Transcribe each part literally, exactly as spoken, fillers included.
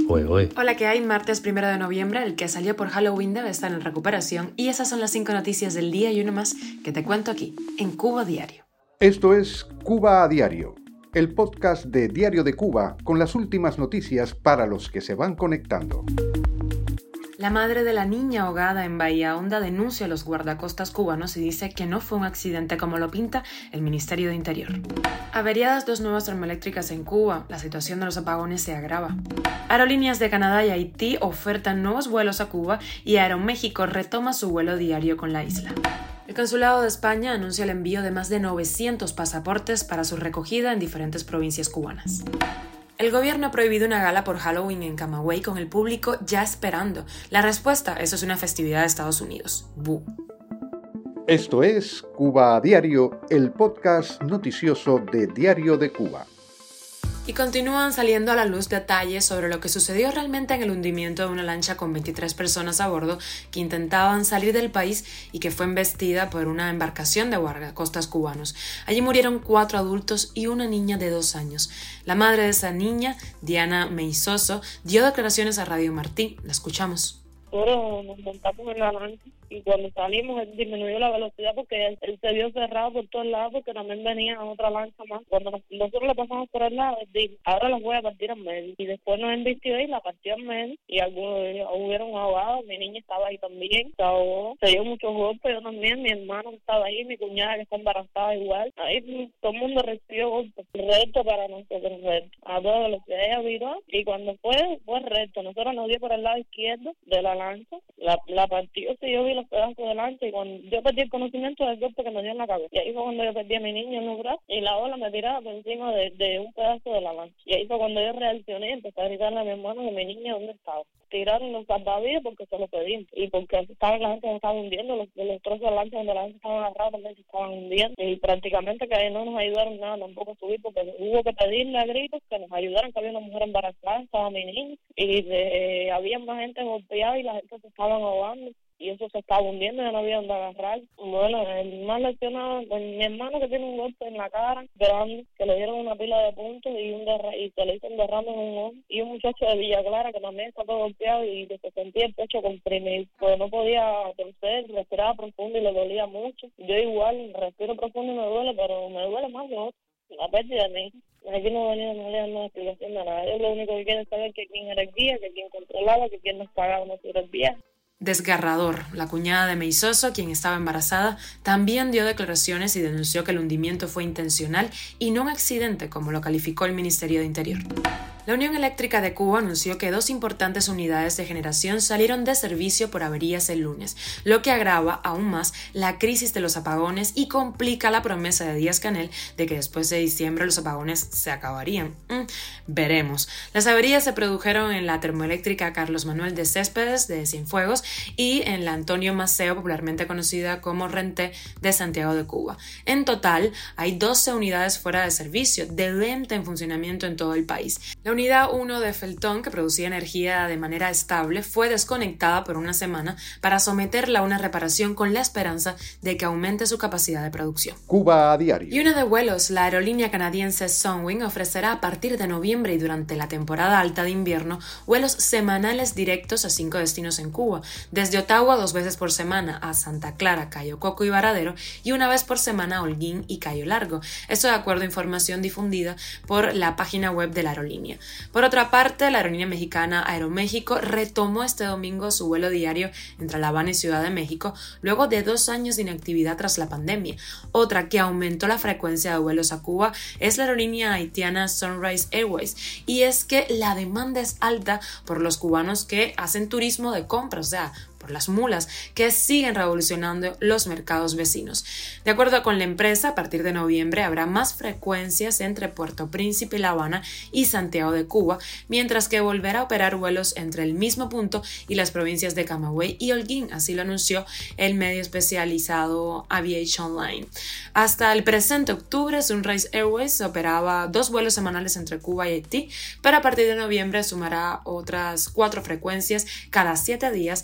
Oye, oye. Hola, ¿qué hay? Martes primero de noviembre, el que salió por Halloween debe estar en recuperación y esas son las cinco noticias del día y uno más que te cuento aquí, en Cuba Diario. Esto es Cuba a Diario, el podcast de Diario de Cuba con las últimas noticias para los que se van conectando. La madre de la niña ahogada en Bahía Honda denuncia a los guardacostas cubanos y dice que no fue un accidente como lo pinta el Ministerio de Interior. Averiadas dos nuevas termoeléctricas en Cuba, la situación de los apagones se agrava. Aerolíneas de Canadá y Haití ofertan nuevos vuelos a Cuba y Aeroméxico retoma su vuelo diario con la isla. El Consulado de España anuncia el envío de más de novecientos pasaportes para su recogida en diferentes provincias cubanas. El gobierno ha prohibido una gala por Halloween en Camagüey con el público ya esperando. La respuesta, eso es una festividad de Estados Unidos. ¡Bú! Esto es Cuba a Diario, el podcast noticioso de Diario de Cuba. Y continúan saliendo a la luz detalles sobre lo que sucedió realmente en el hundimiento de una lancha con veintitrés personas a bordo que intentaban salir del país y que fue embestida por una embarcación de guardacostas cubanos. Allí murieron cuatro adultos y una niña de dos años. La madre de esa niña, Diana Meizoso, dio declaraciones a Radio Martí. La escuchamos. Nosotros nos montamos en la lancha y cuando salimos él disminuyó la velocidad porque él, él se vio cerrado por todos lados porque también venía otra lancha más. Cuando nos, nosotros le pasamos por el lado, él dijo, ahora las voy a partir en medio. Y después nos embistió y la partió en medio y algunos hubieron ahogados. Mi niña estaba ahí también, se ahogó, se dio muchos golpes, yo también, mi hermano estaba ahí, mi cuñada que está embarazada igual. Ahí todo el mundo recibió golpes. Recto para nosotros, recto. A toda velocidad ella viró y cuando fue, fue recto. Nosotros nos dio por el lado izquierdo de la lancha, la, la partió, si yo vi los pedazos de lancha y cuando yo perdí el conocimiento del golpe que me dio en la cabeza. Y ahí fue cuando yo perdí a mi niño en los brazos y la ola me tiraba por encima de, de un pedazo de la lancha. Y ahí fue cuando yo reaccioné y empecé a gritarle a mi hermano que mi niña dónde estaba. Tiraron los salvavidas porque se lo pedimos y porque estaba, la gente se estaba hundiendo, los, los trozos de lancha donde la gente estaba agarrada también se estaban hundiendo y prácticamente que ahí no nos ayudaron nada tampoco a subir porque hubo que pedirle a gritos que nos ayudaran, que había una mujer embarazada, estaba mi niño y de, había más gente golpeada y la gente se estaban ahogando y eso se estaba hundiendo, ya no había donde agarrar. Bueno, el más lesionado, mi hermano que tiene un golpe en la cara grande, que le dieron una pila de puntos y un derra y se le hizo un derrame en un ojo, y un muchacho de Villa Clara que también está todo golpeado y que se sentía el pecho comprimido, pues no podía toser, respiraba profundo y le dolía mucho. Yo igual respiro profundo y me duele, pero me duele más que otro, la pérdida de mi hijo. Aquí no venía no le dan una explicación de nada. Ellos lo único que quieren saber que quién era el guía, que quién controlaba, que quién nos pagaba nuestros viajes. Desgarrador. La cuñada de Meizoso, quien estaba embarazada, también dio declaraciones y denunció que el hundimiento fue intencional y no un accidente, como lo calificó el Ministerio de Interior. La Unión Eléctrica de Cuba anunció que dos importantes unidades de generación salieron de servicio por averías el lunes, lo que agrava aún más la crisis de los apagones y complica la promesa de Díaz-Canel de que después de diciembre los apagones se acabarían. Mm, veremos. Las averías se produjeron en la termoeléctrica Carlos Manuel de Céspedes de Cienfuegos y en la Antonio Maceo, popularmente conocida como Renté de Santiago de Cuba. En total, hay doce unidades fuera de servicio, de lenta en funcionamiento en todo el país. La unidad uno de Feltón, que producía energía de manera estable, fue desconectada por una semana para someterla a una reparación con la esperanza de que aumente su capacidad de producción. Cuba a Diario. Y una de vuelos, la aerolínea canadiense Sunwing ofrecerá a partir de noviembre y durante la temporada alta de invierno vuelos semanales directos a cinco destinos en Cuba, desde Ottawa dos veces por semana a Santa Clara, Cayo Coco y Varadero y una vez por semana a Holguín y Cayo Largo. Esto de acuerdo a información difundida por la página web de la aerolínea. Por otra parte, la aerolínea mexicana Aeroméxico retomó este domingo su vuelo diario entre La Habana y Ciudad de México luego de dos años de inactividad tras la pandemia. Otra que aumentó la frecuencia de vuelos a Cuba es la aerolínea haitiana Sunrise Airways, y es que la demanda es alta por los cubanos que hacen turismo de compra, o sea, por las mulas, que siguen revolucionando los mercados vecinos. De acuerdo con la empresa, a partir de noviembre habrá más frecuencias entre Puerto Príncipe, La Habana y Santiago de Cuba, mientras que volverá a operar vuelos entre el mismo punto y las provincias de Camagüey y Holguín, así lo anunció el medio especializado Aviation Online. Hasta el presente octubre, Sunrise Airways operaba dos vuelos semanales entre Cuba y Haití, pero a partir de noviembre sumará otras cuatro frecuencias cada siete días a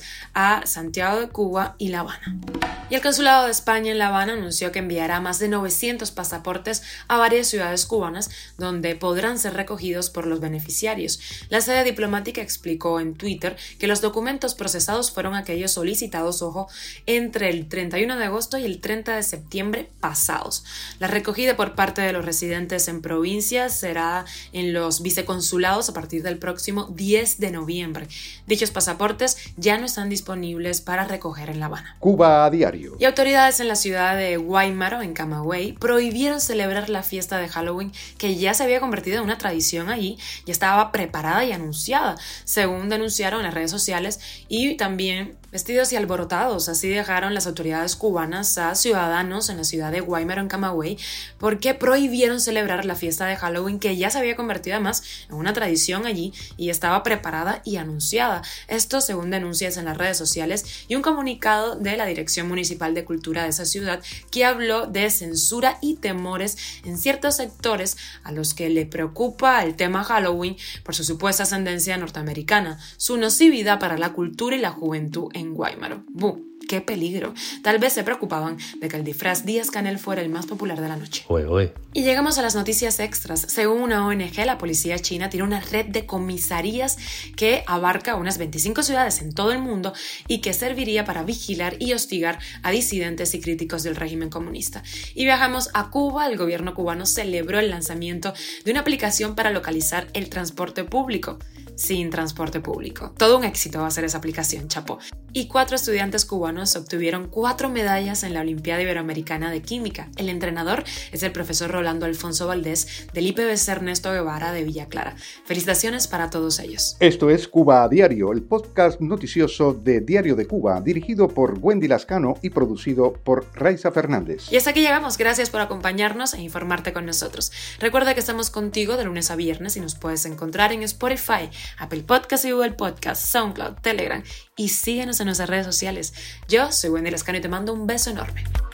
a Santiago de Cuba y La Habana. Y el Consulado de España en La Habana anunció que enviará más de novecientos pasaportes a varias ciudades cubanas donde podrán ser recogidos por los beneficiarios. La sede diplomática explicó en Twitter que los documentos procesados fueron aquellos solicitados, ojo, entre el treinta y uno de agosto y el treinta de septiembre pasados. La recogida por parte de los residentes en provincias será en los viceconsulados a partir del próximo diez de noviembre. Dichos pasaportes ya no están disponibles para recoger en La Habana. Cuba a diario. Y autoridades en la ciudad de Guaymaro, en Camagüey, prohibieron celebrar la fiesta de Halloween que ya se había convertido en una tradición allí y estaba preparada y anunciada, según denunciaron en las redes sociales, y también vestidos y alborotados. Así dejaron las autoridades cubanas a ciudadanos en la ciudad de Guaymaro, en Camagüey, porque prohibieron celebrar la fiesta de Halloween que ya se había convertido además en una tradición allí y estaba preparada y anunciada. Esto según denuncias en las redes sociales y un comunicado de la Dirección Municipal de Cultura de esa ciudad, que habló de censura y temores en ciertos sectores a los que le preocupa el tema Halloween por su supuesta ascendencia norteamericana, su nocividad para la cultura y la juventud en Guaymaro. ¡Bú! ¡Qué peligro! Tal vez se preocupaban de que el disfraz Díaz-Canel fuera el más popular de la noche. Oye, oye. Y llegamos a las noticias extras. Según una O N G, la policía china tiene una red de comisarías que abarca unas veinticinco ciudades en todo el mundo y que serviría para vigilar y hostigar a disidentes y críticos del régimen comunista. Y viajamos a Cuba. El gobierno cubano celebró el lanzamiento de una aplicación para localizar el transporte público. Sin transporte público. Todo un éxito va a ser esa aplicación, chapo. Y cuatro estudiantes cubanos obtuvieron cuatro medallas en la Olimpiada Iberoamericana de Química. El entrenador es el profesor Rolando Alfonso Valdés del I P B C Ernesto Guevara de Villa Clara. Felicitaciones para todos ellos. Esto es Cuba a Diario, el podcast noticioso de Diario de Cuba, dirigido por Wendy Lascano y producido por Raiza Fernández. Y hasta aquí llegamos. Gracias por acompañarnos e informarte con nosotros. Recuerda que estamos contigo de lunes a viernes y nos puedes encontrar en Spotify, Apple Podcast y Google Podcast, SoundCloud, Telegram, y síguenos en nuestras redes sociales. Yo soy Wendy Lascano y te mando un beso enorme.